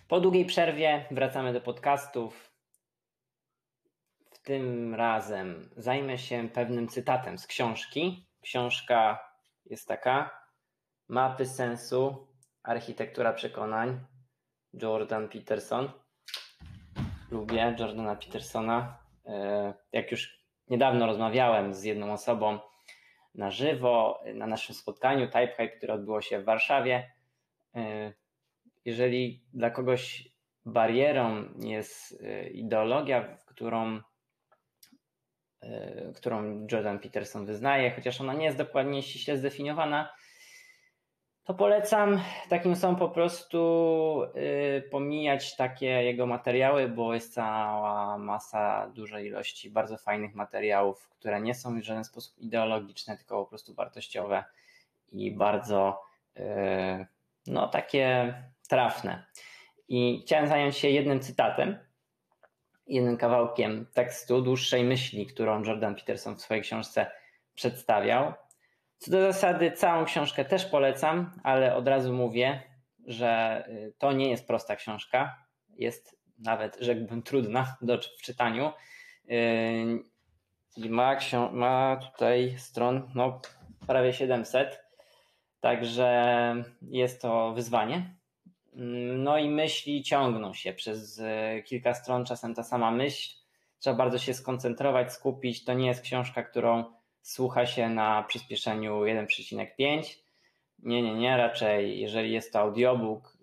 Po długiej przerwie wracamy do podcastów. W tym razem zajmę się pewnym cytatem z książki. Książka jest taka: Mapy sensu, architektura przekonań, Jordan Peterson. Lubię Jordana Petersona. Jak już niedawno rozmawiałem z jedną osobą na żywo na naszym spotkaniu Type Hype, które odbyło się w Warszawie. Jeżeli dla kogoś barierą jest ideologia, którą Jordan Peterson wyznaje, chociaż ona nie jest dokładnie ściśle zdefiniowana, to polecam takim osobom po prostu pomijać takie jego materiały, bo jest cała masa, dużej ilości bardzo fajnych materiałów, które nie są w żaden sposób ideologiczne, tylko po prostu wartościowe i bardzo takie trafne. I chciałem zająć się jednym cytatem, jednym kawałkiem tekstu, dłuższej myśli, którą Jordan Peterson w swojej książce przedstawiał. Co do zasady całą książkę też polecam, ale od razu mówię, że to nie jest prosta książka. Jest nawet, rzekłbym, trudna w czytaniu. I ma tutaj stron prawie 700, także jest to wyzwanie. No i myśli ciągną się przez kilka stron, czasem ta sama myśl. Trzeba bardzo się skoncentrować, skupić. To nie jest książka, którą słucha się na przyspieszeniu 1,5. Nie, raczej jeżeli jest to audiobook,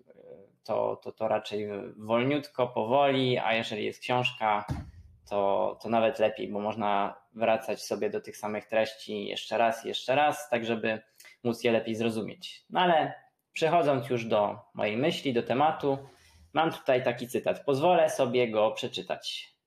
to raczej wolniutko, powoli, a jeżeli jest książka, to nawet lepiej, bo można wracać sobie do tych samych treści jeszcze raz, tak żeby móc je lepiej zrozumieć. No ale przechodząc już do mojej myśli, do tematu, mam tutaj taki cytat. Pozwolę sobie go przeczytać.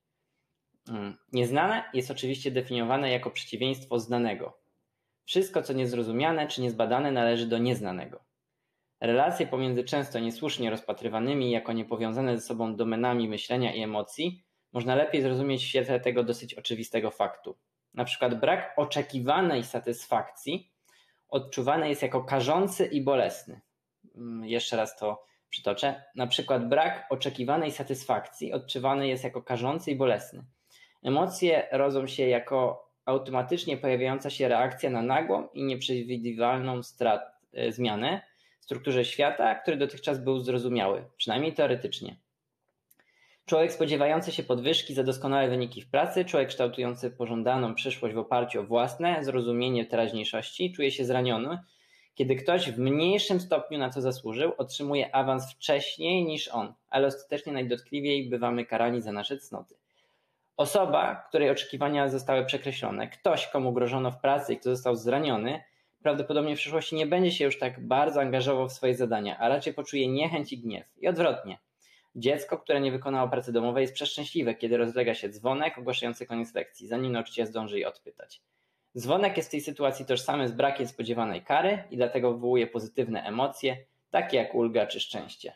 Nieznane jest oczywiście definiowane jako przeciwieństwo znanego. Wszystko, co niezrozumiane czy niezbadane, należy do nieznanego. Relacje pomiędzy często niesłusznie rozpatrywanymi jako niepowiązane ze sobą domenami myślenia i emocji można lepiej zrozumieć w świetle tego dosyć oczywistego faktu. Na przykład brak oczekiwanej satysfakcji odczuwany jest jako karzący i bolesny. Jeszcze raz to przytoczę. Na przykład brak oczekiwanej satysfakcji odczuwany jest jako karzący i bolesny. Emocje rodzą się jako automatycznie pojawiająca się reakcja na nagłą i nieprzewidywalną zmianę w strukturze świata, który dotychczas był zrozumiały, przynajmniej teoretycznie. Człowiek spodziewający się podwyżki za doskonałe wyniki w pracy, człowiek kształtujący pożądaną przyszłość w oparciu o własne zrozumienie teraźniejszości czuje się zraniony, kiedy ktoś w mniejszym stopniu na to zasłużył, otrzymuje awans wcześniej niż on, ale ostatecznie najdotkliwiej bywamy karani za nasze cnoty. Osoba, której oczekiwania zostały przekreślone, ktoś, komu grożono w pracy i kto został zraniony, prawdopodobnie w przyszłości nie będzie się już tak bardzo angażował w swoje zadania, a raczej poczuje niechęć i gniew. I odwrotnie. Dziecko, które nie wykonało pracy domowej, jest przeszczęśliwe, kiedy rozlega się dzwonek ogłaszający koniec lekcji, zanim nauczyciel zdąży jej odpytać. Dzwonek jest w tej sytuacji tożsamy z brakiem spodziewanej kary i dlatego wywołuje pozytywne emocje, takie jak ulga czy szczęście.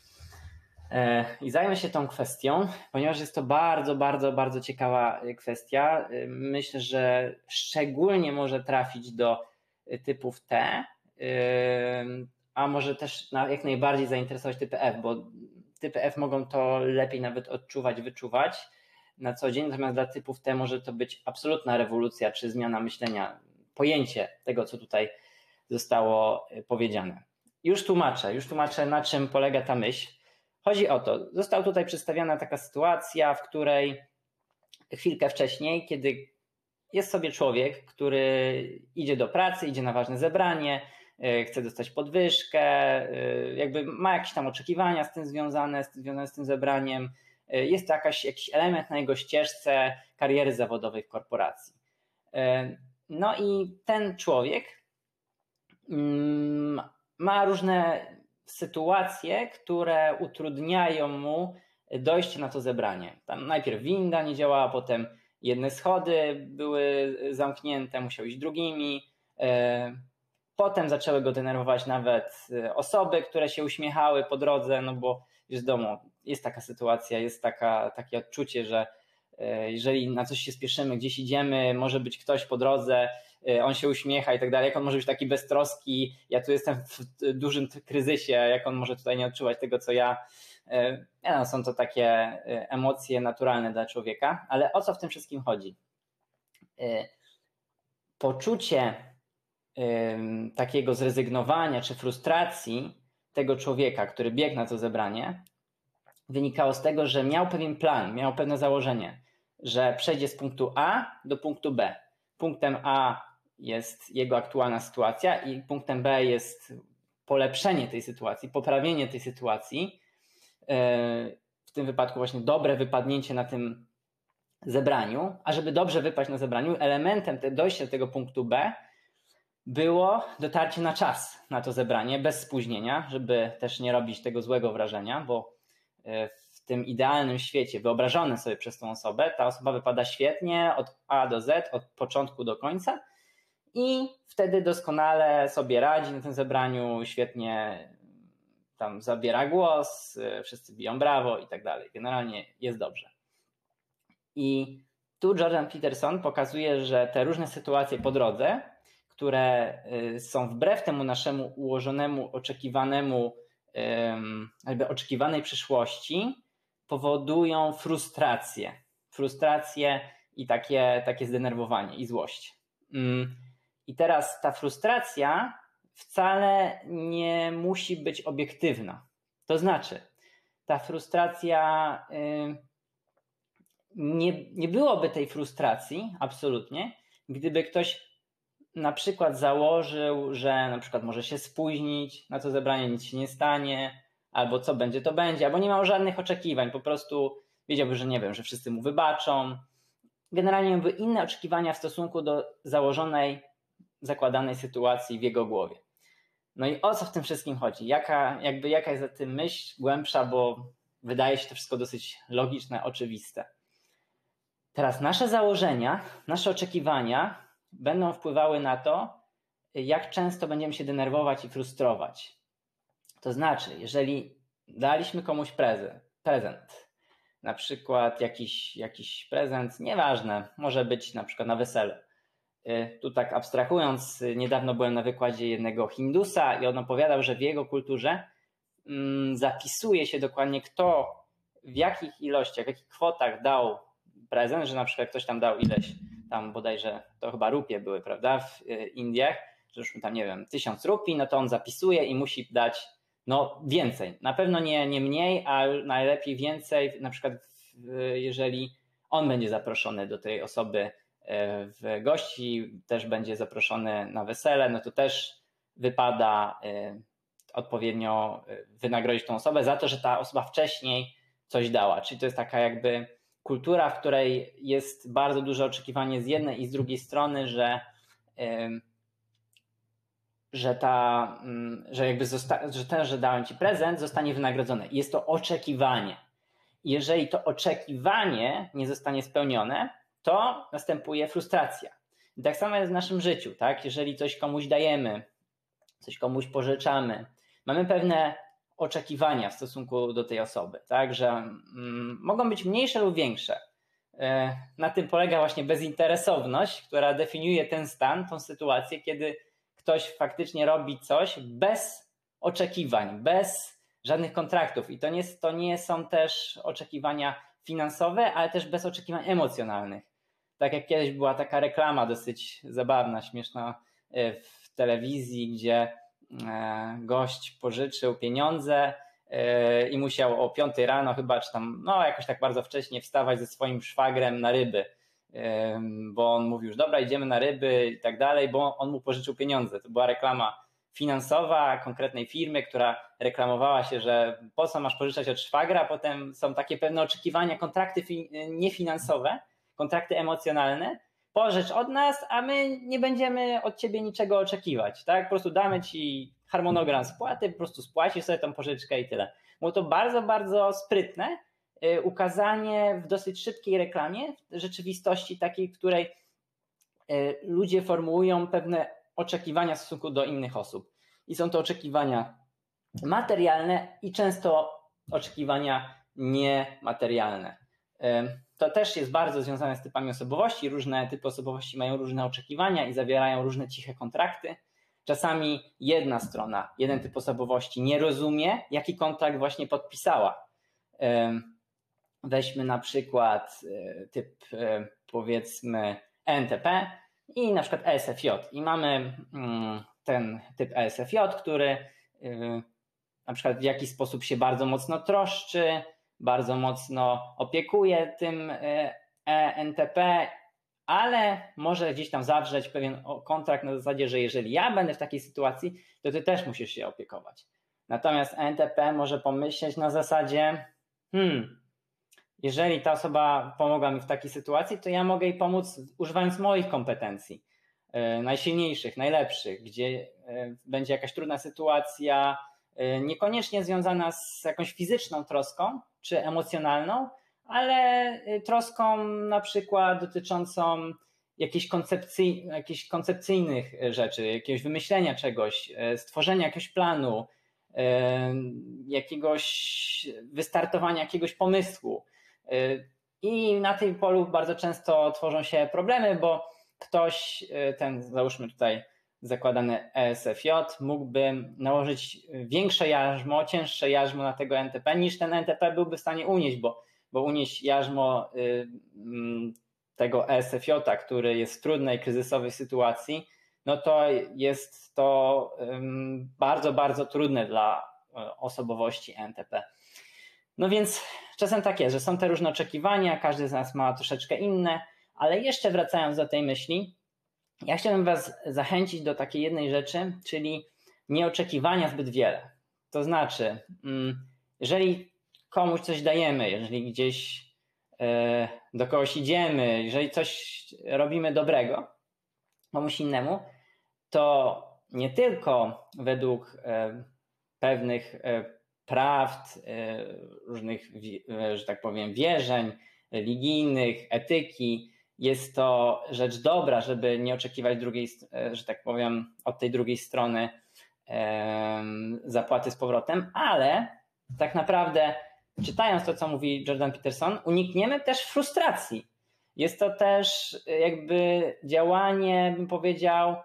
I zajmę się tą kwestią, ponieważ jest to bardzo ciekawa kwestia. Myślę, że szczególnie może trafić do typów T, a może też jak najbardziej zainteresować typy F, bo typy F mogą to lepiej nawet odczuwać, wyczuwać na co dzień, natomiast dla typów T może to być absolutna rewolucja czy zmiana myślenia, pojęcie tego, co tutaj zostało powiedziane. Już tłumaczę, na czym polega ta myśl. Chodzi o to, została tutaj przedstawiona taka sytuacja, w której chwilkę wcześniej, kiedy jest sobie człowiek, który idzie do pracy, idzie na ważne zebranie, chce dostać podwyżkę, jakby ma jakieś tam oczekiwania związane z tym zebraniem, jest to jakiś element na jego ścieżce kariery zawodowej w korporacji. No i ten człowiek ma różne sytuacje, które utrudniają mu dojście na to zebranie. Tam najpierw winda nie działała, potem jedne schody były zamknięte, musiał iść drugimi. Potem zaczęły go denerwować nawet osoby, które się uśmiechały po drodze, no bo już z domu jest taka sytuacja, jest takie odczucie, że jeżeli na coś się spieszymy, gdzieś idziemy, może być ktoś po drodze, on się uśmiecha i tak dalej, jak on może być taki beztroski, ja tu jestem w dużym kryzysie, jak on może tutaj nie odczuwać tego, co ja. No, są to takie emocje naturalne dla człowieka, ale o co w tym wszystkim chodzi? Poczucie takiego zrezygnowania czy frustracji tego człowieka, który biegł na to zebranie, wynikało z tego, że miał pewien plan, miał pewne założenie, że przejdzie z punktu A do punktu B. Punktem A jest jego aktualna sytuacja i punktem B jest polepszenie tej sytuacji, poprawienie tej sytuacji, w tym wypadku właśnie dobre wypadnięcie na tym zebraniu, a żeby dobrze wypaść na zebraniu, elementem dojścia do tego punktu B było dotarcie na czas na to zebranie, bez spóźnienia, żeby też nie robić tego złego wrażenia, bo w tym idealnym świecie wyobrażonym sobie przez tą osobę, ta osoba wypada świetnie od A do Z, od początku do końca i wtedy doskonale sobie radzi na tym zebraniu, świetnie tam zabiera głos, wszyscy biją brawo i tak dalej. Generalnie jest dobrze. I tu Jordan Peterson pokazuje, że te różne sytuacje po drodze, które są wbrew temu naszemu ułożonemu, oczekiwanej przyszłości, powodują frustrację i takie zdenerwowanie i złość. I teraz ta frustracja wcale nie musi być obiektywna. To znaczy, ta frustracja, nie byłoby tej frustracji absolutnie, gdyby ktoś na przykład założył, że na przykład może się spóźnić na to zebranie, nic się nie stanie, albo co będzie, to będzie, albo nie miał żadnych oczekiwań, po prostu wiedziałby, że nie wiem, że wszyscy mu wybaczą. Generalnie miałby inne oczekiwania w stosunku do założonej, zakładanej sytuacji w jego głowie. No i o co w tym wszystkim chodzi? Jaka jest za tym myśl głębsza, bo wydaje się to wszystko dosyć logiczne, oczywiste. Teraz nasze założenia, nasze oczekiwania będą wpływały na to, jak często będziemy się denerwować i frustrować. To znaczy, jeżeli daliśmy komuś prezent, na przykład jakiś prezent, nieważne, może być na przykład na weselu. Tu tak abstrahując, niedawno byłem na wykładzie jednego Hindusa i on opowiadał, że w jego kulturze zapisuje się dokładnie kto, w jakich ilościach, w jakich kwotach dał prezent, że na przykład ktoś tam dał ileś, tam bodajże to chyba rupie były, prawda, w Indiach, że już tam nie wiem, 1000 rupii, no to on zapisuje i musi dać więcej. Na pewno nie mniej, a najlepiej więcej, na przykład jeżeli on będzie zaproszony do tej osoby w gości, też będzie zaproszony na wesele, no to też wypada odpowiednio wynagrodzić tą osobę za to, że ta osoba wcześniej coś dała. Czyli to jest taka jakby kultura, w której jest bardzo duże oczekiwanie z jednej i z drugiej strony, że ten, że dałem ci prezent, zostanie wynagrodzony. Jest to oczekiwanie. Jeżeli to oczekiwanie nie zostanie spełnione, to następuje frustracja. I tak samo jest w naszym życiu, tak? Jeżeli coś komuś dajemy, coś komuś pożyczamy, mamy pewne oczekiwania w stosunku do tej osoby, tak? Że mogą być mniejsze lub większe. Na tym polega właśnie bezinteresowność, która definiuje ten stan, tą sytuację, kiedy ktoś faktycznie robi coś bez oczekiwań, bez żadnych kontraktów. I to nie są też oczekiwania finansowe, ale też bez oczekiwań emocjonalnych. Tak jak kiedyś była taka reklama dosyć zabawna, śmieszna w telewizji, gdzie gość pożyczył pieniądze i musiał o 5 rano chyba, czy tam jakoś tak bardzo wcześnie wstawać ze swoim szwagrem na ryby, bo on mówił już dobra, idziemy na ryby i tak dalej, bo on mu pożyczył pieniądze. To była reklama finansowa konkretnej firmy, która reklamowała się, że po co masz pożyczać od szwagra, a potem są takie pewne oczekiwania, kontrakty niefinansowe, kontrakty emocjonalne, pożycz od nas, a my nie będziemy od ciebie niczego oczekiwać, tak? Po prostu damy ci harmonogram spłaty, po prostu spłacisz sobie tą pożyczkę i tyle. Było to bardzo, bardzo sprytne ukazanie w dosyć szybkiej reklamie rzeczywistości takiej, w której ludzie formułują pewne oczekiwania w stosunku do innych osób. I są to oczekiwania materialne i często oczekiwania niematerialne. To też jest bardzo związane z typami osobowości. Różne typy osobowości mają różne oczekiwania i zawierają różne ciche kontrakty. Czasami jedna strona, jeden typ osobowości nie rozumie, jaki kontrakt właśnie podpisała. Weźmy na przykład typ powiedzmy ENTP i na przykład ESFJ i mamy ten typ ESFJ, który na przykład w jakiś sposób się bardzo mocno troszczy, bardzo mocno opiekuje tym ENTP, ale może gdzieś tam zawrzeć pewien kontrakt na zasadzie, że jeżeli ja będę w takiej sytuacji, to ty też musisz się opiekować. Natomiast ENTP może pomyśleć na zasadzie, jeżeli ta osoba pomogła mi w takiej sytuacji, to ja mogę jej pomóc używając moich kompetencji, najsilniejszych, najlepszych, gdzie będzie jakaś trudna sytuacja, niekoniecznie związana z jakąś fizyczną troską czy emocjonalną, ale troską na przykład dotyczącą jakichś koncepcyjnych rzeczy, jakiegoś wymyślenia czegoś, stworzenia jakiegoś planu, jakiegoś wystartowania jakiegoś pomysłu. I na tym polu bardzo często tworzą się problemy, bo ktoś, ten załóżmy tutaj zakładany ESFJ, mógłby nałożyć większe jarzmo, cięższe jarzmo na tego NTP niż ten NTP byłby w stanie unieść, bo unieść jarzmo tego ESFJ, który jest w trudnej, kryzysowej sytuacji, no to jest to bardzo, bardzo trudne dla osobowości NTP. No więc czasem tak jest, że są te różne oczekiwania, każdy z nas ma troszeczkę inne, ale jeszcze wracając do tej myśli, ja chciałbym Was zachęcić do takiej jednej rzeczy, czyli nieoczekiwania zbyt wiele. To znaczy, jeżeli komuś coś dajemy, jeżeli gdzieś do kogoś idziemy, jeżeli coś robimy dobrego komuś innemu, to nie tylko według pewnych prawd, różnych, że tak powiem, wierzeń religijnych, etyki, jest to rzecz dobra, żeby nie oczekiwać drugiej, że tak powiem, od tej drugiej strony zapłaty z powrotem, ale tak naprawdę czytając to, co mówi Jordan Peterson, unikniemy też frustracji. Jest to też jakby działanie, bym powiedział,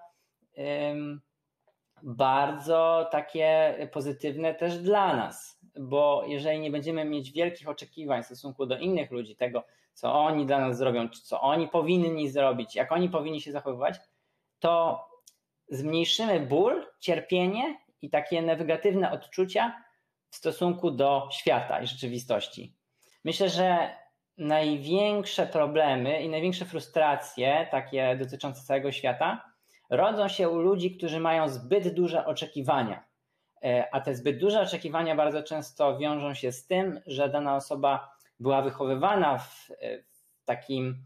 bardzo takie pozytywne też dla nas, bo jeżeli nie będziemy mieć wielkich oczekiwań w stosunku do innych ludzi, tego, co oni dla nas zrobią, co oni powinni zrobić, jak oni powinni się zachowywać, to zmniejszymy ból, cierpienie i takie negatywne odczucia w stosunku do świata i rzeczywistości. Myślę, że największe problemy i największe frustracje, takie dotyczące całego świata, rodzą się u ludzi, którzy mają zbyt duże oczekiwania. A te zbyt duże oczekiwania bardzo często wiążą się z tym, że dana osoba była wychowywana w takim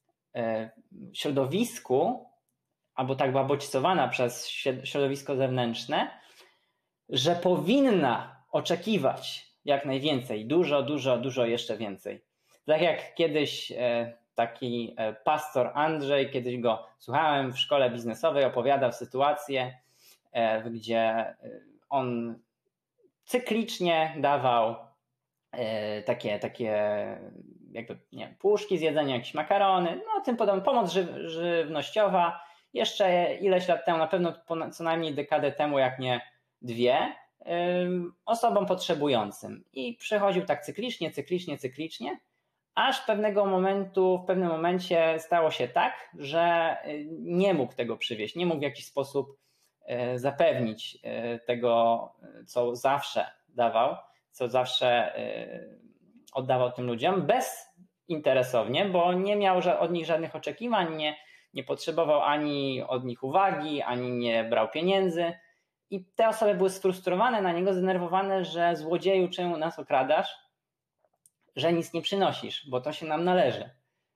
środowisku, albo tak była bodźcowana przez środowisko zewnętrzne, że powinna oczekiwać jak najwięcej, dużo jeszcze więcej. Tak jak kiedyś taki pastor Andrzej, kiedyś go słuchałem w szkole biznesowej, opowiadał sytuację, gdzie on cyklicznie dawał takie jakby, nie wiem, puszki z jedzenia, jakieś makarony, no tym podobne, pomoc żywnościowa. Jeszcze ileś lat temu, na pewno co najmniej dekadę temu, jak nie dwie, osobom potrzebującym. I przechodził tak cyklicznie, aż w pewnym momencie stało się tak, że nie mógł tego przywieźć, nie mógł w jakiś sposób zapewnić tego, co zawsze dawał, co zawsze oddawał tym ludziom bezinteresownie, bo nie miał od nich żadnych oczekiwań, nie potrzebował ani od nich uwagi, ani nie brał pieniędzy. I te osoby były sfrustrowane na niego, zdenerwowane, że złodzieju, czemu nas okradasz, że nic nie przynosisz, bo to się nam należy.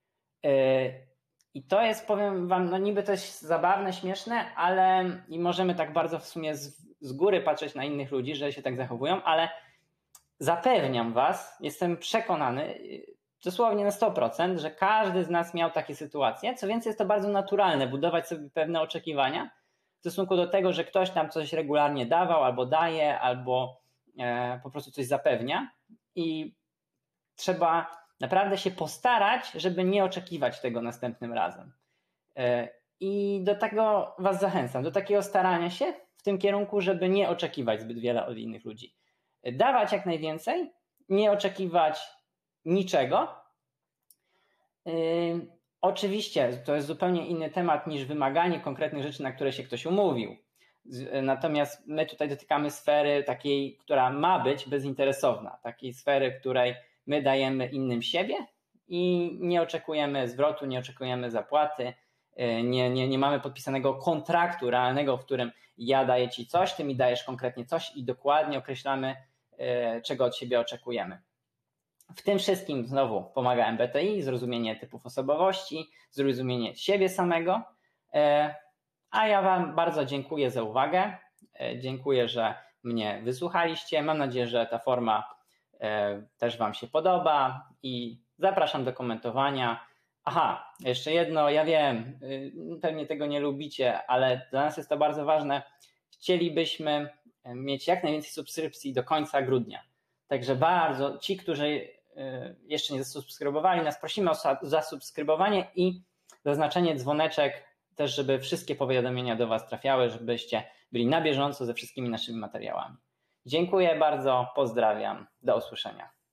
I to jest, powiem wam, no niby to jest zabawne, śmieszne, ale i możemy tak bardzo w sumie z góry patrzeć na innych ludzi, że się tak zachowują, ale zapewniam was, jestem przekonany, dosłownie na 100%, że każdy z nas miał takie sytuacje. Co więcej, jest to bardzo naturalne, budować sobie pewne oczekiwania w stosunku do tego, że ktoś tam coś regularnie dawał, albo daje, albo po prostu coś zapewnia i trzeba naprawdę się postarać, żeby nie oczekiwać tego następnym razem. I do tego was zachęcam, do takiego starania się w tym kierunku, żeby nie oczekiwać zbyt wiele od innych ludzi. Dawać jak najwięcej nie oczekiwać niczego. Oczywiście to jest zupełnie inny temat niż wymaganie konkretnych rzeczy, na które się ktoś umówił. Natomiast my tutaj dotykamy sfery takiej, która ma być bezinteresowna, takiej sfery, w której my dajemy innym siebie i nie oczekujemy zwrotu, nie oczekujemy zapłaty, nie mamy podpisanego kontraktu realnego, w którym ja daję ci coś, ty mi dajesz konkretnie coś i dokładnie określamy, czego od siebie oczekujemy. W tym wszystkim znowu pomaga MBTI, zrozumienie typów osobowości, zrozumienie siebie samego. A ja Wam bardzo dziękuję za uwagę. Dziękuję, że mnie wysłuchaliście. Mam nadzieję, że ta forma też Wam się podoba i zapraszam do komentowania. Aha, jeszcze jedno, ja wiem, pewnie tego nie lubicie, ale dla nas jest to bardzo ważne. Chcielibyśmy mieć jak najwięcej subskrypcji do końca grudnia. Także bardzo ci, którzy jeszcze nie zasubskrybowali nas, prosimy o zasubskrybowanie i zaznaczenie dzwoneczek też, żeby wszystkie powiadomienia do Was trafiały, żebyście byli na bieżąco ze wszystkimi naszymi materiałami. Dziękuję bardzo, pozdrawiam, do usłyszenia.